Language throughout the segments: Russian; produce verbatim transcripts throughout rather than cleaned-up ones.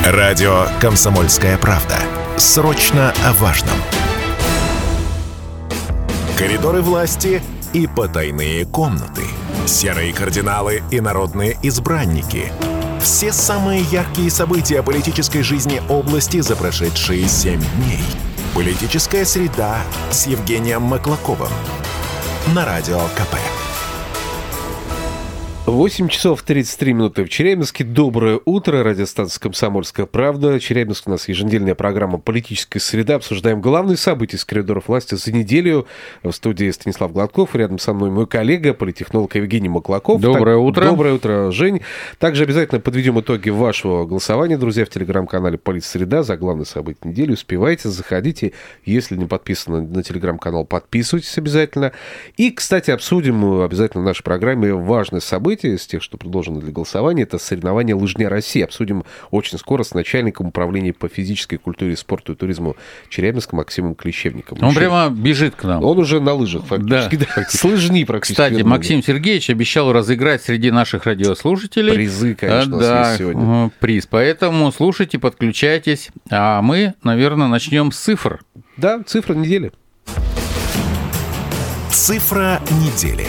Радио «Комсомольская правда». Срочно о важном. Коридоры власти и потайные комнаты. Серые кардиналы и народные избранники. Все самые яркие события политической жизни области за прошедшие семь дней. Политическая среда с Евгением Маклаковым. На Радио КП. восемь часов тридцать три минуты в Челябинске. Доброе утро. Радиостанция «Комсомольская правда». Челябинск, у нас еженедельная программа «Политическая среда». Обсуждаем главные события с коридоров власти за неделю. В студии Станислав Гладков. Рядом со мной мой коллега, политтехнолог Евгений Маклаков. Доброе так, утро. Доброе утро, Жень. Также обязательно подведем итоги вашего голосования, друзья, в телеграм-канале «Политсреда» за главные события недели. Успевайте, заходите. Если не подписаны на телеграм-канал, подписывайтесь обязательно. И, кстати, обсудим обязательно в нашей программе важные события из тех, что предложено для голосования. Это соревнования «Лыжня России». Обсудим очень скоро с начальником управления по физической культуре, спорту и туризму Челябинска Максимом Клещевником. Он Еще... прямо бежит к нам. Он уже на лыжах фактически. Да. Да, с лыжни практически. Кстати, Максим Сергеевич обещал разыграть среди наших радиослушателей призы, конечно, да, у нас есть сегодня. Приз. Поэтому слушайте, подключайтесь. А мы, наверное, начнем с цифр. Да, цифра недели. Цифра недели.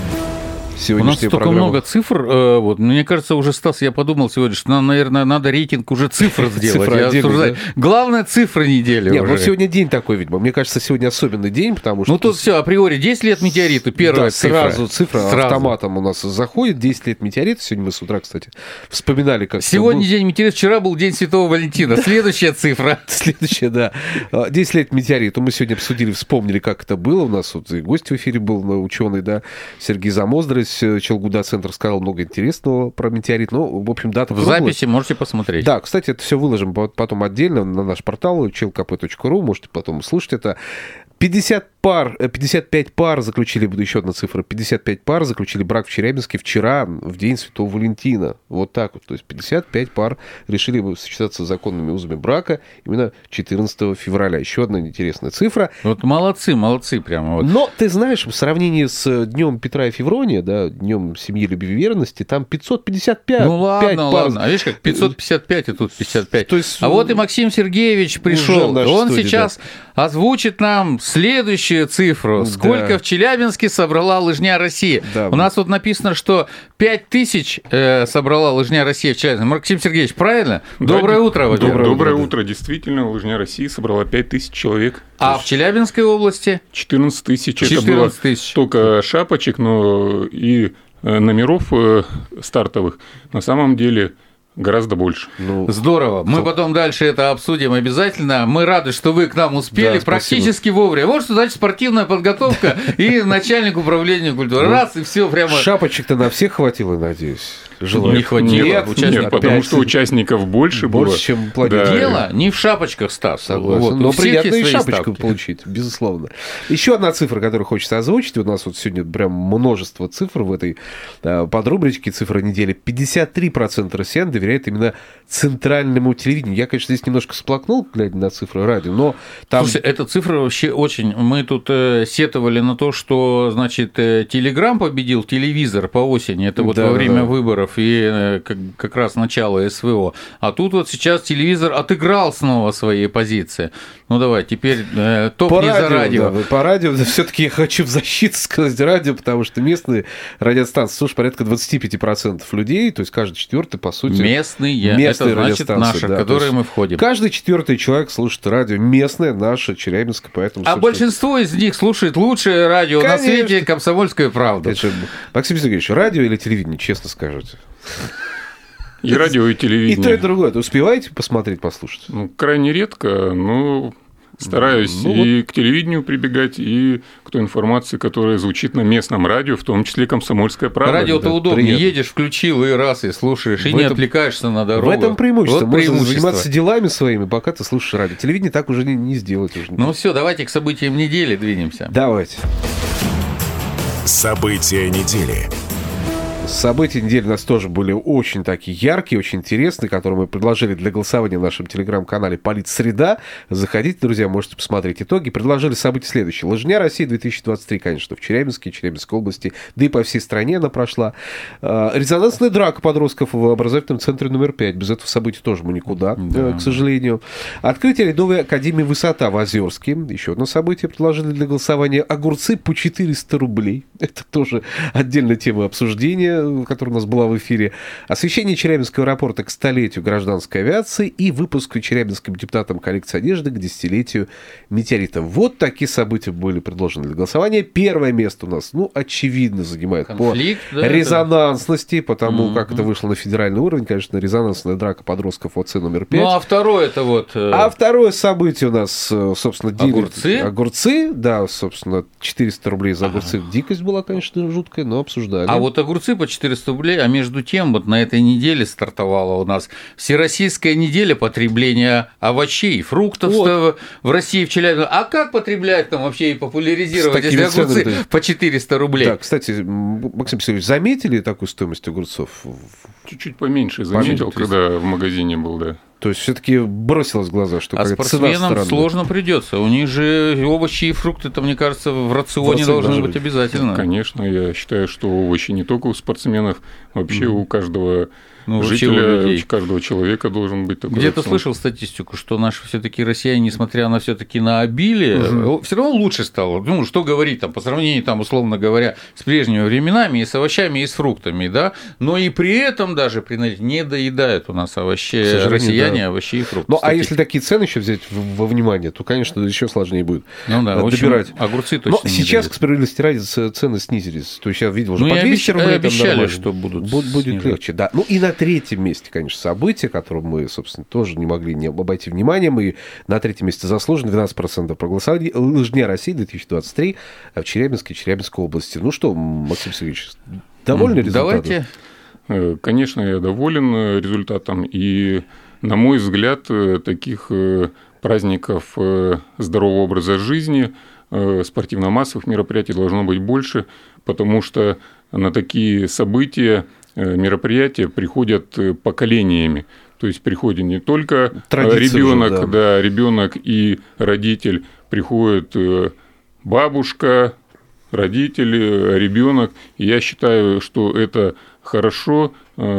У нас столько программа. много цифр. Э, вот, мне кажется, уже, Стас, я подумал сегодня, что нам, наверное, надо рейтинг уже цифр сделать. Цифра отдельно, да? Главная цифра недели. Нет, уже. ну сегодня день такой, видимо. Мне кажется, сегодня особенный день, потому что... Ну тут все, априори десять лет метеориту, первая да, цифра. Сразу цифра сразу. Автоматом у нас заходит. десять лет метеорита. Сегодня мы с утра, кстати, вспоминали, как... Сегодня день метеорита, вчера был день Святого Валентина. Следующая цифра. Следующая, да. десять лет метеориту. Мы сегодня обсудили, вспомнили, как это было. У нас вот и гость в эфире был, ученый, да, Сергей Замоздрось, Челгуда Центр, сказал много интересного про метеорит. Ну, в общем, дата в круглая. Записи можете посмотреть. Да, кстати, это все выложим потом отдельно на наш портал чел ка пэ точка ру. Можете потом услышать это. пятьдесят пар, пятьдесят пять пар заключили, буду еще одна цифра, пятьдесят пять пар заключили брак в Челябинске вчера, в день Святого Валентина. Вот так вот. То есть пятьдесят пять пар решили сочетаться законными узами брака именно четырнадцатого февраля. Еще одна интересная цифра. Вот молодцы, молодцы прямо. Вот. Но ты знаешь, в сравнении с днем Петра и Феврония, да, днем семьи, любви и верности, там пятьсот пятьдесят пять. Ну ладно, пар. ладно. А видишь, как пятьсот пятьдесят пять, и тут пятьдесят пять. То есть, а вот и Максим Сергеевич пришел. Он студии, сейчас да. озвучит нам следующую цифру. Сколько да. в Челябинске собрала «Лыжня России». Да. У нас тут написано, что пять тысяч э, собрала «Лыжня России» в Челябинске. Максим Сергеевич, правильно? Да, Доброе утро, Владимир. Доброе, Доброе утро. утро. Действительно, «Лыжня России» собрала пять тысяч человек. А в Челябинской области? четырнадцать тысяч. четырнадцать тысяч. Это было только шапочек, но и номеров стартовых на самом деле гораздо больше. Ну, здорово. Мы потом дальше это обсудим обязательно. Мы рады, что вы к нам успели да, практически вовремя. Вот что значит спортивная подготовка и начальник управления культуры. Раз, и все прямо... Шапочек-то на всех хватило, надеюсь. Желаю. Не хватило. Нет, нет потому что участников больше, больше было. чем планируется. Да. Дело не в шапочках, Стас. Согласен. Вот, но приятно и шапочку ставки. Получить, безусловно. Еще одна цифра, которую хочется озвучить. У нас вот сегодня прям множество цифр в этой подрубричке. Цифра недели. пятьдесят три процента россиян доверяют именно центральному телевидению. Я, конечно, здесь немножко сплакнул, глядя на цифры радио, но там... Слушай, эта цифра вообще очень... Мы тут э, сетовали на то, что, значит, э, Телеграм победил телевизор по осени. Это вот да, во время да. выборов и э, как, как раз начало эс вэ о. А тут вот сейчас телевизор отыграл снова свои позиции. Ну, давай, теперь э, топ по не радио, за радио. Да, по радио, да, все-таки я хочу в защиту сказать радио, потому что местные радиостанции, слушай, порядка двадцать пять процентов людей, то есть каждый четвертый, по сути... Местные, местные это значит наши, да, в которые мы входим. Каждый четвертый человек слушает радио местное, наше, Челябинское, поэтому... А большинство из них слушает лучшее радио Конечно. на свете, «Комсомольская правда». Это же... Максим Сергеевич, радио или телевидение, честно скажите? И радио, и телевидение. И то, и другое. Вы успеваете посмотреть, послушать? Ну, крайне редко, но стараюсь ну, и вот... к телевидению прибегать, и к той информации, которая звучит на местном радио, в том числе «Комсомольская правда». Радио-то да, удобно. Приятно. Едешь, включил, и раз, и слушаешь, и в не этом... отвлекаешься на дорогу. В этом преимущество. Вот Можно преимущество. заниматься делами своими, пока ты слушаешь радио. Телевидение так уже не, не сделать. Уже. Ну все, давайте к событиям недели двинемся. Давайте. События недели. События недели у нас тоже были очень такие яркие, очень интересные, которые мы предложили для голосования в нашем телеграм-канале «Политсреда». Заходите, друзья, можете посмотреть итоги. Предложили события следующие. Лыжня России две тысячи двадцать три, конечно, в Челябинске, Челябинской области, да и по всей стране она прошла. Резонансная драка подростков в образовательном центре номер пять. Без этого события тоже мы никуда, да. к сожалению. Открытие ледовой академии «Высота» в Озерске. Еще одно событие предложили для голосования. Огурцы по четыреста рублей. Это тоже отдельная тема обсуждения, которая у нас была в эфире. Освещение Челябинского аэропорта к столетию гражданской авиации и выпуск челябинским депутатам коллекции одежды к десятилетию метеорита. Вот такие события были предложены для голосования. Первое место у нас, ну, очевидно, занимает конфликт, по да, резонансности, это... потому mm-hmm. как это вышло на федеральный уровень, конечно, резонансная драка подростков ОЦ номер пять. Ну, а второе это вот... А второе событие у нас, собственно, огурцы. Огурцы, да, собственно, четыреста рублей за огурцы. А-а-а. Дикость была, конечно, жуткая, но обсуждали. А вот огурцы по четыреста рублей, а между тем вот на этой неделе стартовала у нас Всероссийская неделя потребления овощей, фруктов вот. в России, в Челябинске. А как потреблять там вообще и популяризировать, если огурцы ценами, по четыреста рублей? Да, кстати, Максим Сергеевич, заметили такую стоимость огурцов? Чуть-чуть поменьше заметил, поменьше, когда в магазине был, да. То есть все-таки бросилось в глаза, что а спортсменам сложно придется. У них же овощи и фрукты, это, мне кажется, в рационе должны быть обязательно. Конечно, я считаю, что овощи не только у спортсменов, вообще mm-hmm. у каждого ну, жителя, у каждого человека должен быть такой. Где-то рацион. Слышал статистику, что наши все-таки россияне, несмотря на все-таки на обилие, mm-hmm. все равно лучше стало. Ну, что говорить там по сравнению, там, условно говоря, с прежними временами и с овощами, и с фруктами, да, но и при этом даже при не доедают у нас овощи россияне. Да. Овощи и фрукты. Ну, а если такие цены еще взять во внимание, то, конечно, еще сложнее будет ну, да, добирать. Общем, огурцы точно. Но сейчас, к справедливости ради, цены снизились. То есть я видел уже ну, по двести рублей. Обещали, что будут будет снижать. Легче, да. Ну и на третьем месте, конечно, событие, которое мы, собственно, тоже не могли не обойти вниманием, и на третьем месте заслуженно двенадцать процентов проголосовали. Лыжня России две тысячи двадцать три в Челябинске, Челябинской области. Ну что, Максим Сергеевич, довольны результатом? Давайте. Конечно, я доволен результатом, и на мой взгляд, таких праздников здорового образа жизни, спортивно-массовых мероприятий должно быть больше, потому что на такие события, мероприятия приходят поколениями. То есть приходит не только ребенок, да. Да, ребенок и родитель, приходит бабушка, родители, ребенок. И я считаю, что это хорошо.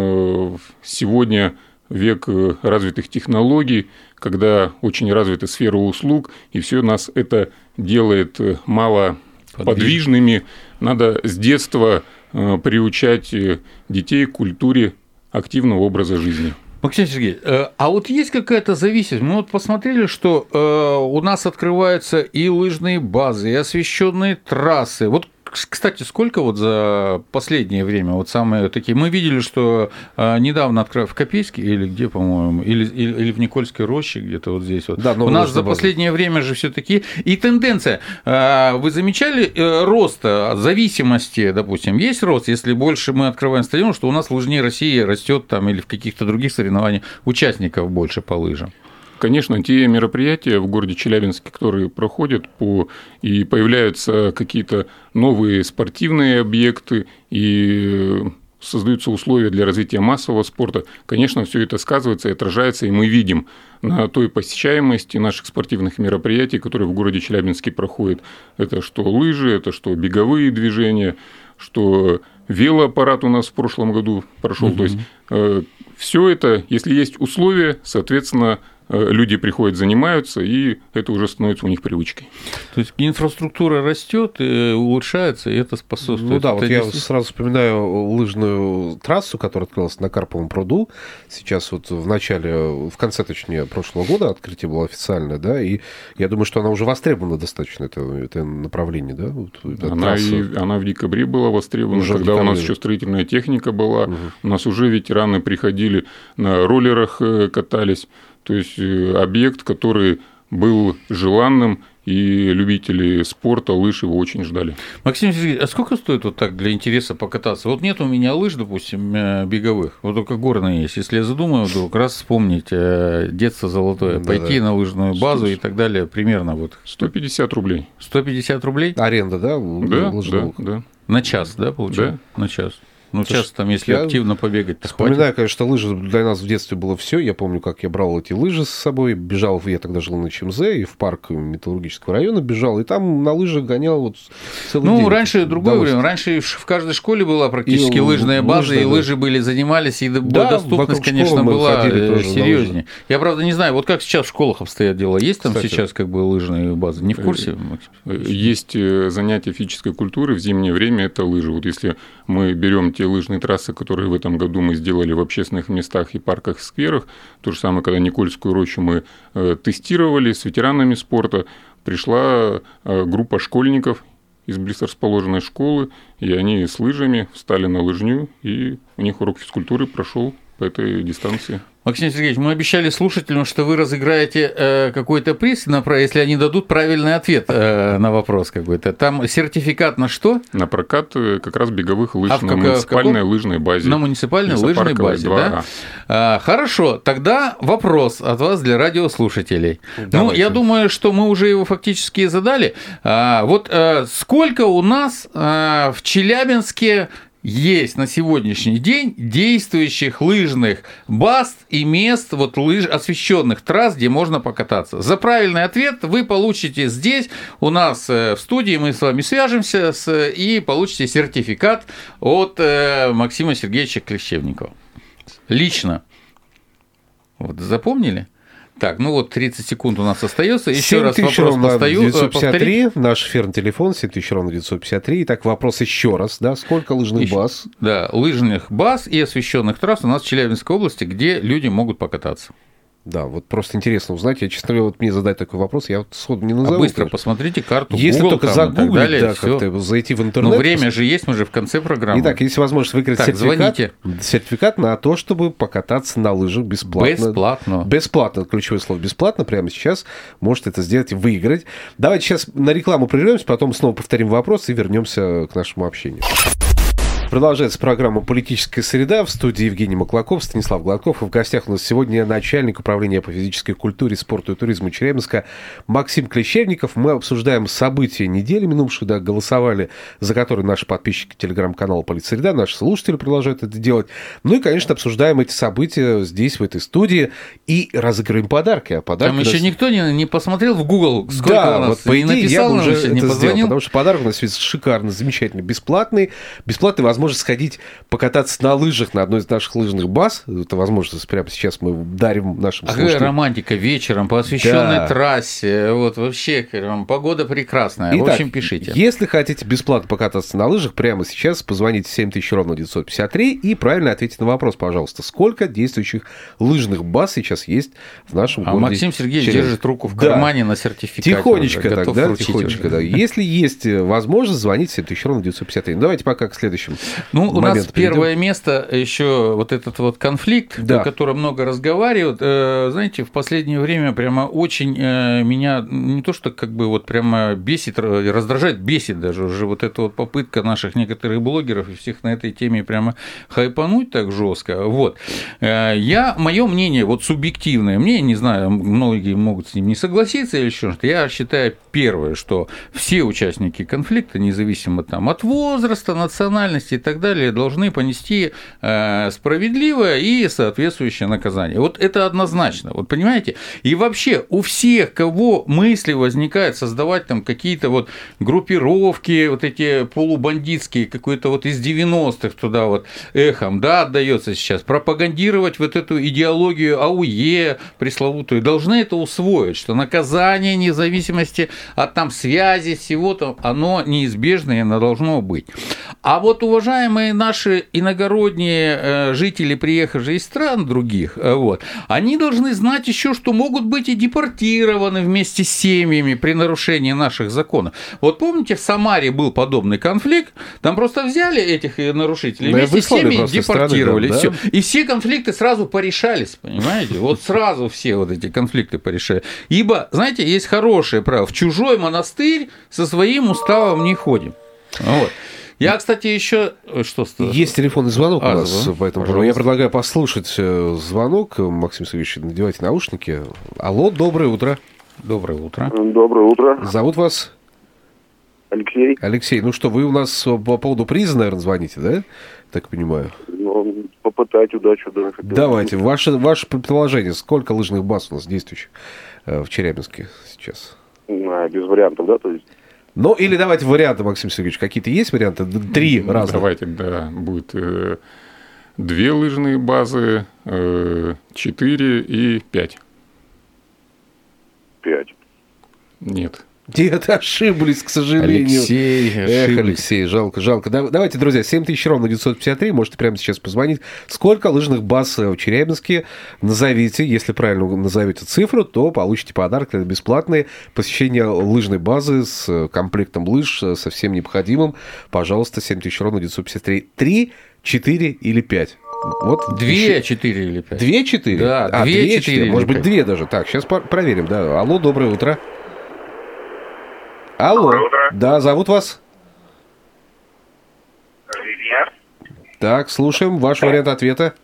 Сегодня век развитых технологий, когда очень развита сфера услуг, и все нас это делает малоподвижными. Надо с детства приучать детей к культуре активного образа жизни. Максим Сергеевич, а вот есть какая-то зависимость? Мы вот посмотрели, что у нас открываются и лыжные базы, и освещенные трассы. Вот, кстати, сколько вот за последнее время вот самые такие... Мы видели, что недавно открыли в Копейске или где, по-моему, или, или, или в Никольской роще где-то вот здесь вот. Да, у нас за база. Последнее время же все-таки и тенденция. Вы замечали рост зависимости, допустим, есть рост, если больше мы открываем стадион, что у нас в Лыжне России растет там или в каких-то других соревнованиях участников больше по лыжам? Конечно, те мероприятия в городе Челябинске, которые проходят, по... и появляются какие-то новые спортивные объекты, и создаются условия для развития массового спорта, конечно, все это сказывается и отражается, и мы видим на той посещаемости наших спортивных мероприятий, которые в городе Челябинске проходят. Это что лыжи, это что беговые движения, что велоаппарат у нас в прошлом году прошел. Угу. То есть все это, если есть условия, соответственно, люди приходят, занимаются, и это уже становится у них привычкой. То есть инфраструктура растет, и улучшается, и это способствует. Ну да, вот я сразу вспоминаю лыжную трассу, которая открылась на Карповом пруду. Сейчас вот в начале, в конце, точнее, прошлого года открытие было официальное, да, и я думаю, что она уже востребована достаточно, это, это направление, да? Вот, она, и, она в декабре была востребована, уже когда у нас еще строительная техника была, угу. У нас уже ветераны приходили, на роллерах катались. То есть объект, который был желанным, и любители спорта, лыж его очень ждали. Максим Сергеевич, а сколько стоит вот так для интереса покататься? Вот нет у меня лыж, допустим, беговых, вот только горные есть. Если я задумаю, вдруг раз вспомнить детство золотое, да, пойти да. на лыжную базу сто... и так далее, примерно вот. сто пятьдесят рублей. сто пятьдесят рублей? Аренда, да? Да, да, да. На час, да, получается? Да. На час. Ну, сейчас там, если я активно побегать, то вспоминаю, хватит. Конечно, лыжи для нас в детстве было все. Я помню, как я брал эти лыжи с собой, бежал, я тогда жил на ЧМЗ, и в парк Металлургического района бежал, и там на лыжах гонял вот целый ну, день. Ну, раньше другое время. Раньше в каждой школе была практически и, лыжная база, лыжная, и лыжи были, занимались, и да, доступность, конечно, была серьезнее. Я, правда, не знаю, вот как сейчас в школах обстоят дела. Есть там Кстати, сейчас как бы лыжные базы? Не в курсе? Есть занятия физической культуры в зимнее время, это лыжи. Вот если мы берем те лыжные трассы, которые в этом году мы сделали в общественных местах и парках, и скверах, то же самое, когда Никольскую рощу мы тестировали с ветеранами спорта, пришла группа школьников из близко расположенной школы, и они с лыжами встали на лыжню, и у них урок физкультуры прошел по этой дистанции. Максим Сергеевич, мы обещали слушателям, что вы разыграете э, какой-то приз, на, если они дадут правильный ответ э, на вопрос какой-то. Там сертификат на что? На прокат как раз беговых лыж а на муниципальной каком? лыжной базе. На муниципальной лыжной базе, да? А, хорошо, тогда вопрос от вас для радиослушателей. Давайте. Ну, я думаю, что мы уже его фактически задали. А, вот а, сколько у нас а, в Челябинске есть на сегодняшний день действующих лыжных баз и мест, вот лыж, освещенных трасс, где можно покататься? За правильный ответ вы получите здесь, у нас в студии, мы с вами свяжемся с, и получите сертификат от Максима Сергеевича Клещевникова. Лично. Вот, запомнили? Так, ну вот тридцать секунд у нас остается. Еще раз вопрос постою. девятьсот пятьдесят три, наш эфирный телефон, семь тысяч ровно девятьсот пятьдесят три. Итак, вопрос еще раз, да, сколько лыжных еще, баз? Да, лыжных баз и освещенных трасс у нас в Челябинской области, где люди могут покататься. Да, вот просто интересно узнать. Я, честно говоря, вот мне задать такой вопрос, я вот сходу не назову. А быстро конечно. посмотрите карту Если Google, только загуглить, далее, да, как-то зайти в интернет. Но время же есть, мы же в конце программы. Итак, есть возможность выиграть так, сертификат, сертификат на то, чтобы покататься на лыжах бесплатно. Бесплатно. Бесплатно, ключевое слово бесплатно, прямо сейчас можете это сделать и выиграть. Давайте сейчас на рекламу прервемся, потом снова повторим вопрос и вернемся к нашему общению. Продолжается программа «Политическая среда». В студии Евгений Маклаков, Станислав Гладков. И в гостях у нас сегодня начальник управления по физической культуре, спорту и туризму Челябинска Максим Клещевников. Мы обсуждаем события недели минувшей, да, голосовали, за которые наши подписчики телеграм-канала «Политическая среда», наши слушатели продолжают это делать. Ну и, конечно, обсуждаем эти события здесь, в этой студии, и разыгрываем подарки. А подарки Там нас... еще никто не, не посмотрел в Google, сколько да, у нас, вот, по идее, не написал, я бы уже не это позвонил. Сделал, потому что подарок у нас шикарный, замечательный, бесплатный. Бесплатный возможность сходить покататься на лыжах на одной из наших лыжных баз. Это возможность прямо сейчас мы дарим нашим слушателям. Какая романтика вечером по освещенной да. трассе. Вот вообще погода прекрасная. Итак, в общем, пишите. Если хотите бесплатно покататься на лыжах, прямо сейчас позвоните семь тысяч ровно девятьсот пятьдесят три и правильно ответьте на вопрос, пожалуйста. Сколько действующих лыжных баз сейчас есть в нашем а городе? А Максим Сергеевич Челябинск. держит руку в кармане да. на сертификате. Тихонечко так, да? Тихонечко, да. Если есть возможность, звоните семь тысяч ровно девятьсот пятьдесят три. Ну, давайте пока к следующему. Ну, у нас первое перейдем. место еще вот этот вот конфликт, да. о котором много разговаривают. Знаете, в последнее время прямо очень меня не то что как бы вот прямо бесит, раздражает, бесит даже уже вот эта вот попытка наших некоторых блогеров и всех на этой теме прямо хайпануть так жестко. Вот. Я, мое мнение, вот субъективное мнение, не знаю, многие могут с ним не согласиться или что-то, я считаю первое, что все участники конфликта, независимо там от возраста, национальности и так далее, должны понести справедливое и соответствующее наказание. Вот это однозначно. Вот понимаете? И вообще у всех, кого мысли возникают создавать там какие-то вот группировки, вот эти полубандитские, какой-то вот из девяностых туда вот эхом, да, отдается сейчас, пропагандировать вот эту идеологию АУЕ пресловутую, должны это усвоить, что наказание, вне зависимости от там связи, всего там, оно неизбежно и оно должно быть. А вот, уважаемые наши иногородние жители, приехавшие из стран других, вот, они должны знать еще, что могут быть и депортированы вместе с семьями при нарушении наших законов. Вот помните, в Самаре был подобный конфликт, там просто взяли этих нарушителей, да, вместе с семьями депортировали, страны, да? Все. И все конфликты сразу порешались, понимаете? Вот сразу все вот эти конфликты порешали. Ибо, знаете, есть хорошее правило, в чужой монастырь со своим уставом не ходим. Вот. Я, кстати, еще что сказал? Есть телефонный звонок а, у нас, звонок? Поэтому пожалуйста. Я предлагаю послушать звонок. Максим Сергеевич, надевайте наушники. Алло, доброе утро. Доброе утро. Доброе утро. Зовут вас? Алексей. Алексей, ну что, вы у нас по поводу приза, наверное, звоните, да? Так понимаю. Ну, попытать удачу, да. Давайте, ваше, ваше предположение, сколько лыжных баз у нас действующих в Челябинске сейчас? А, без вариантов, да, то есть? Ну, или давайте варианты, Максим Сергеевич, какие-то есть варианты? Три ну, разных. Давайте, да, будет э, две лыжные базы, э, четыре и пять. Пять. Нет. Нет, ошиблись, к сожалению. Алексей, Эх, ошиблись. Алексей, жалко, жалко. Давайте, друзья, семь тысяч ровно девятьсот пятьдесят три, можете прямо сейчас позвонить. Сколько лыжных баз в Челябинске? Назовите, если правильно назовете цифру, то получите подарок. Это бесплатное посещение лыжной базы с комплектом лыж, со всем необходимым. Пожалуйста, семь тысяч ровно девятьсот пятьдесят три. Три, четыре или пять? Вот две, четыре или пять? Две, четыре? Да, а, две, четыре. Может быть, две даже. Так, сейчас проверим. Да. Алло, доброе утро. Алло. Доброе утро. Да, зовут вас? Вивьен. Так, слушаем. Ваш вариант ответа.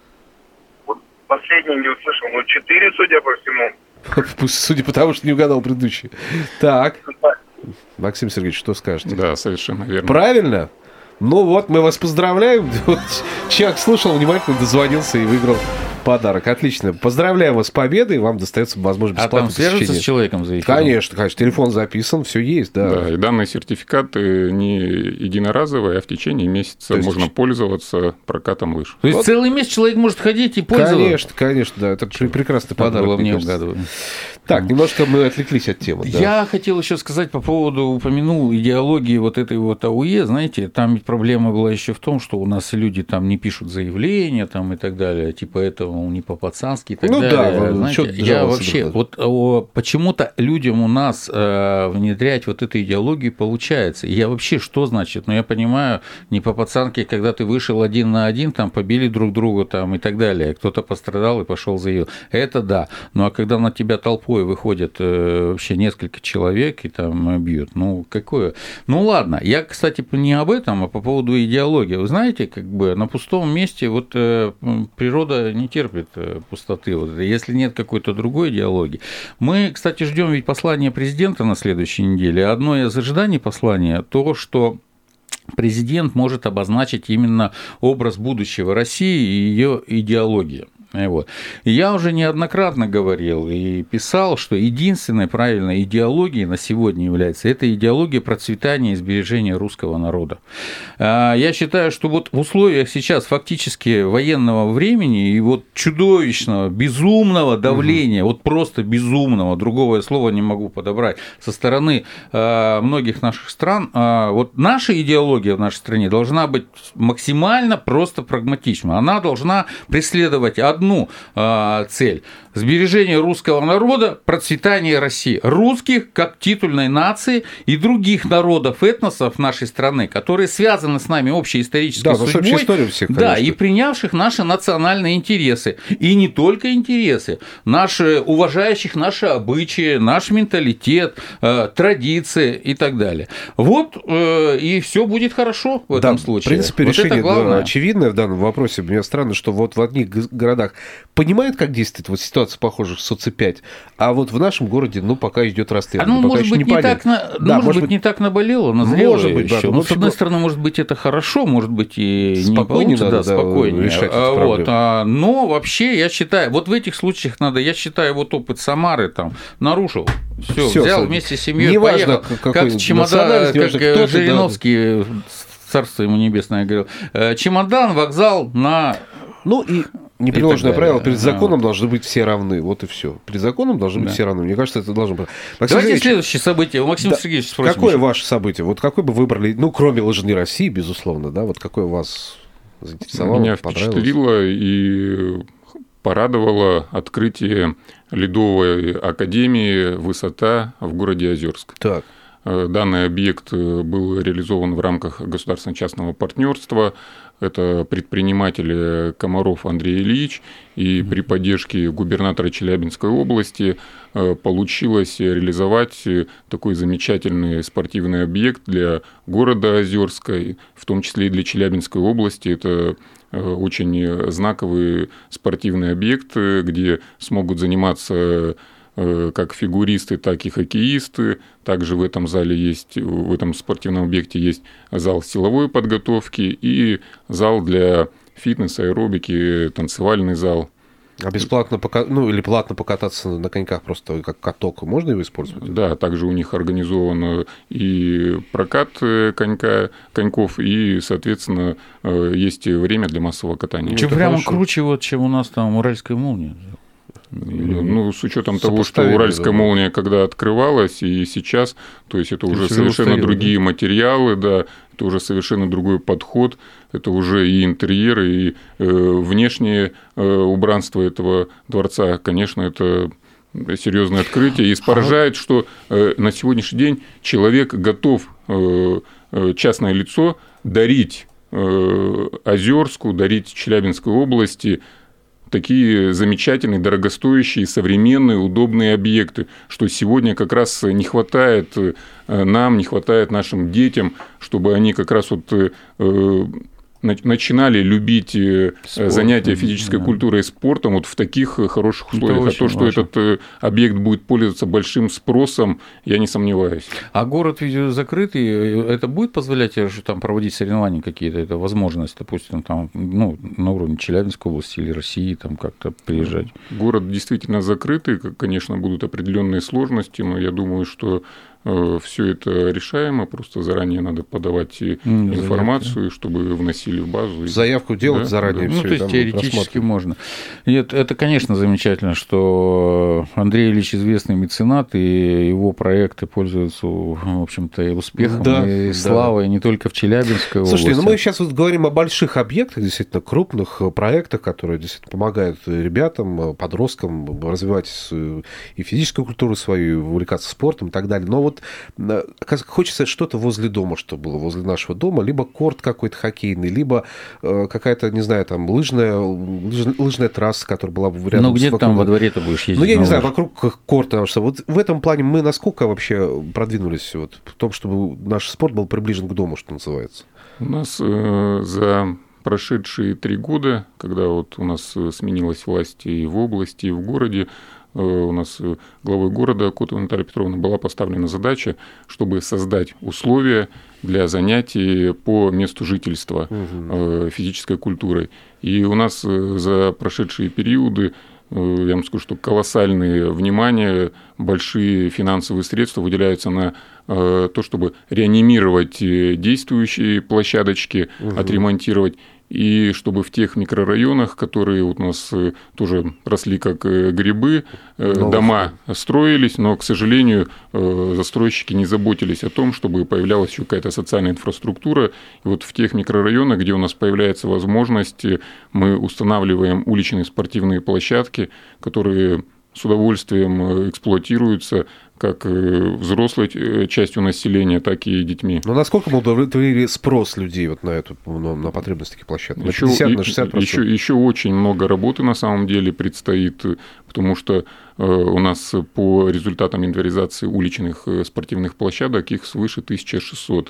Вот последний не услышал, ну четыре, судя по всему. Судя по тому, что не угадал предыдущий. Так. Максим Сергеевич, что скажете? Да, совершенно верно. Правильно? Ну вот, мы вас поздравляем. Вот, человек слушал внимательно, дозвонился и выиграл подарок. Отлично. Поздравляем вас с победой. Вам достается возможность бесплатно. А там свяжутся с человеком за эфиром? Конечно, конечно. Телефон записан, все есть, да. Да, и данный сертификат не единоразовый, а в течение месяца есть... можно пользоваться прокатом лыж. То есть вот. Целый месяц человек может ходить и пользоваться? Конечно, конечно, да. Это прекрасный подарок. Было мне угадывать. Так, немножко мы отвлеклись от темы. Да. Я хотел еще сказать по поводу, упомянул идеологии вот этой вот АУЕ, знаете, там ведь проблема была еще в том, что у нас люди там не пишут заявления там и так далее, типа этого не по-пацански и так ну, далее. Да, знаете, я вообще, вот о, почему-то людям у нас э, внедрять вот эту идеологию получается. И я вообще, что значит? Ну, я понимаю, не по-пацански, когда ты вышел один на один, там побили друг друга там и так далее, кто-то пострадал и пошел заявил. Это да. Ну, а когда на тебя толпой выходят вообще несколько человек и там бьют. Ну, какое? Ну, ладно. Я, кстати, не об этом, а по поводу идеологии. Вы знаете, как бы на пустом месте вот природа не терпит пустоты. Вот, если нет какой-то другой идеологии. Мы, кстати, ждем ведь послания президента на следующей неделе. Одно из ожиданий послания то, что президент может обозначить именно образ будущего России и ее идеологии. Вот. И я уже неоднократно говорил и писал, что единственной правильной идеологией на сегодня является это идеология процветания и сбережения русского народа. Я считаю, что вот в условиях сейчас фактически военного времени и вот чудовищного, безумного давления, угу. вот просто безумного, другого слова не могу подобрать, со стороны многих наших стран, вот наша идеология в нашей стране должна быть максимально просто прагматична. Она должна преследовать одну одну э, цель – сбережение русского народа, процветание России, русских как титульной нации и других народов, этносов нашей страны, которые связаны с нами общей исторической да, судьбой, общая история всех, да, и принявших наши национальные интересы, и не только интересы, наши, уважающих наши обычаи, наш менталитет, э, традиции и так далее. Вот э, и все будет хорошо в этом да, случае. В принципе, вот решение да, очевидное в данном вопросе. Мне странно, что вот в одних городах понимают, как действует вот ситуация похожих с Соци пять, а вот в нашем городе, ну, пока идет расследование. Оно, может быть, не, так, на... да, может быть, не так наболело, назрело может быть, да, еще. Ну, но, с одной стороны, может быть, это хорошо, может быть, и не получится, да, спокойнее. Решать вот. а, но вообще, я считаю, вот в этих случаях надо, я считаю, вот опыт Самары там нарушил. Все, Всё, взял вместе с семьей, поехал. Как чемодан, как Жириновский, царство ему небесное, говорил. Чемодан, вокзал на... Ну и непреложное правило, перед законом а, должны быть все равны. Вот и все. Перед законом должны быть да. все равны. Мне кажется, это должно быть. Максим Давайте Сергеевич, следующее событие. У Максима да, Сергеевича спросим. Какое еще. ваше событие? Вот какое бы выбрали, ну, кроме лыжни России, безусловно, да, вот какое вас заинтересовало? Меня впечатлило и порадовало открытие ледовой академии «Высота» в городе Озерск. Так. Данный объект был реализован в рамках государственно-частного партнерства. Это предприниматель Комаров Андрей Ильич, и при поддержке губернатора Челябинской области получилось реализовать такой замечательный спортивный объект для города Озерска, в том числе и для Челябинской области. Это очень знаковый спортивный объект, где смогут заниматься как фигуристы, так и хоккеисты. Также в этом зале есть, в этом спортивном объекте есть зал силовой подготовки и зал для фитнеса, аэробики, танцевальный зал. А бесплатно, пока... ну или платно покататься на коньках просто как каток, можно его использовать? Да, также у них организован и прокат конька, коньков, и, соответственно, есть время для массового катания. Чем прямо хорошо. Круче, вот, чем у нас там Уральская молния. Ну, с учетом того, что Уральская да, молния, когда открывалась, и сейчас, то есть это уже совершенно другие да? материалы, да, это уже совершенно другой подход, это уже и интерьер, и э, внешнее э, убранство этого дворца, конечно, это серьезное открытие, и поражает, что э, на сегодняшний день человек готов э, частное лицо дарить э, Озерску, дарить Челябинской области такие замечательные, дорогостоящие, современные, удобные объекты, что сегодня как раз не хватает нам, не хватает нашим детям, чтобы они как раз вот начинали любить спорт, занятия физической да. культурой и спортом вот в таких хороших условиях. А то, что важно. Этот объект будет пользоваться большим спросом, я не сомневаюсь. А город ведь закрытый, это будет позволять там проводить соревнования какие-то, это возможность, допустим, там, ну, на уровне Челябинской области или России там как-то приезжать? Город действительно закрытый, конечно, будут определенные сложности, но я думаю, что все это решаемо, просто заранее надо подавать mm, информацию, заявки. Чтобы вносили в базу. Заявку делать да? заранее. Да. Ну, то есть теоретически можно. Нет, это, конечно, замечательно, что Андрей Ильич известный меценат, и его проекты пользуются, в общем-то, и успехом, да, и славой, да. не только в Челябинской области. Слушайте, ну мы сейчас вот говорим о больших объектах, действительно крупных проектах, которые действительно помогают ребятам, подросткам развивать и физическую культуру свою, и увлекаться спортом и так далее. Но вот хочется что-то возле дома, что было возле нашего дома, либо корт какой-то хоккейный, либо какая-то, не знаю, там лыжная, лыж, лыжная трасса, которая была бы рядом. Ну, где-то там во дворе ты будешь ездить. Ну, я не знаю, вокруг корта. Потому что вот в этом плане мы насколько вообще продвинулись вот, в том, чтобы наш спорт был приближен к дому, что называется? У нас э, за прошедшие три года, когда вот у нас сменилась власть и в области, и в городе, у нас главой города Котовой Натальей Петровной была поставлена задача, чтобы создать условия для занятий по месту жительства угу. физической культурой. И у нас за прошедшие периоды, я вам скажу, что колоссальное внимание, большие финансовые средства выделяются на то, чтобы реанимировать действующие площадочки, угу. отремонтировать, и чтобы в тех микрорайонах, которые вот у нас тоже росли как грибы, Новых. дома строились, но, к сожалению, застройщики не заботились о том, чтобы появлялась еще какая-то социальная инфраструктура. И вот в тех микрорайонах, где у нас появляется возможность, мы устанавливаем уличные спортивные площадки, которые с удовольствием эксплуатируются как взрослой частью населения, так и детьми. Но насколько мы удовлетворили спрос людей вот на эту на, на потребность таких площадок? На еще, пятьдесят, на шестьдесят процентов? Еще, еще очень много работы на самом деле предстоит, потому что у нас по результатам инвентаризации уличных спортивных площадок их свыше тысяча шестьсот.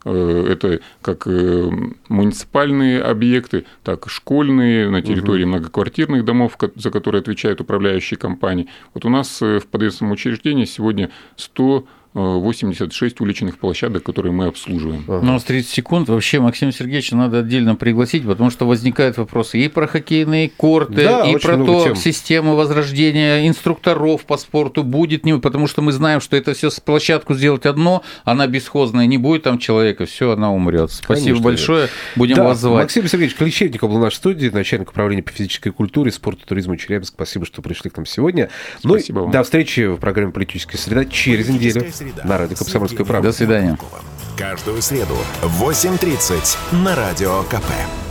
Это как муниципальные объекты, так и школьные, на территории угу. многоквартирных домов, за которые отвечают управляющие компании. Вот у нас в подведомственном учреждении сегодня сто восемьдесят шесть уличных площадок, которые мы обслуживаем. Ага. Ну, с тридцать секунд вообще Максима Сергеевича надо отдельно пригласить, потому что возникают вопросы и про хоккейные корты, да, и про то, тем. Систему возрождения инструкторов по спорту будет, не, потому что мы знаем, что это все с площадку сделать одно, она бесхозная, не будет там человека, все, она умрет. Спасибо Конечно, большое, нет. Будем да, вас звать. Максим Сергеевич Клещевников был в нашей студии, начальник управления по физической культуре, спорту, туризму Челябинск. Спасибо, что пришли к нам сегодня. Спасибо ну, вам. До встречи в программе «Политическая среда» через неделю. На радио «Комсомольская правда». До свидания. Каждую среду в восемь тридцать на радио КП.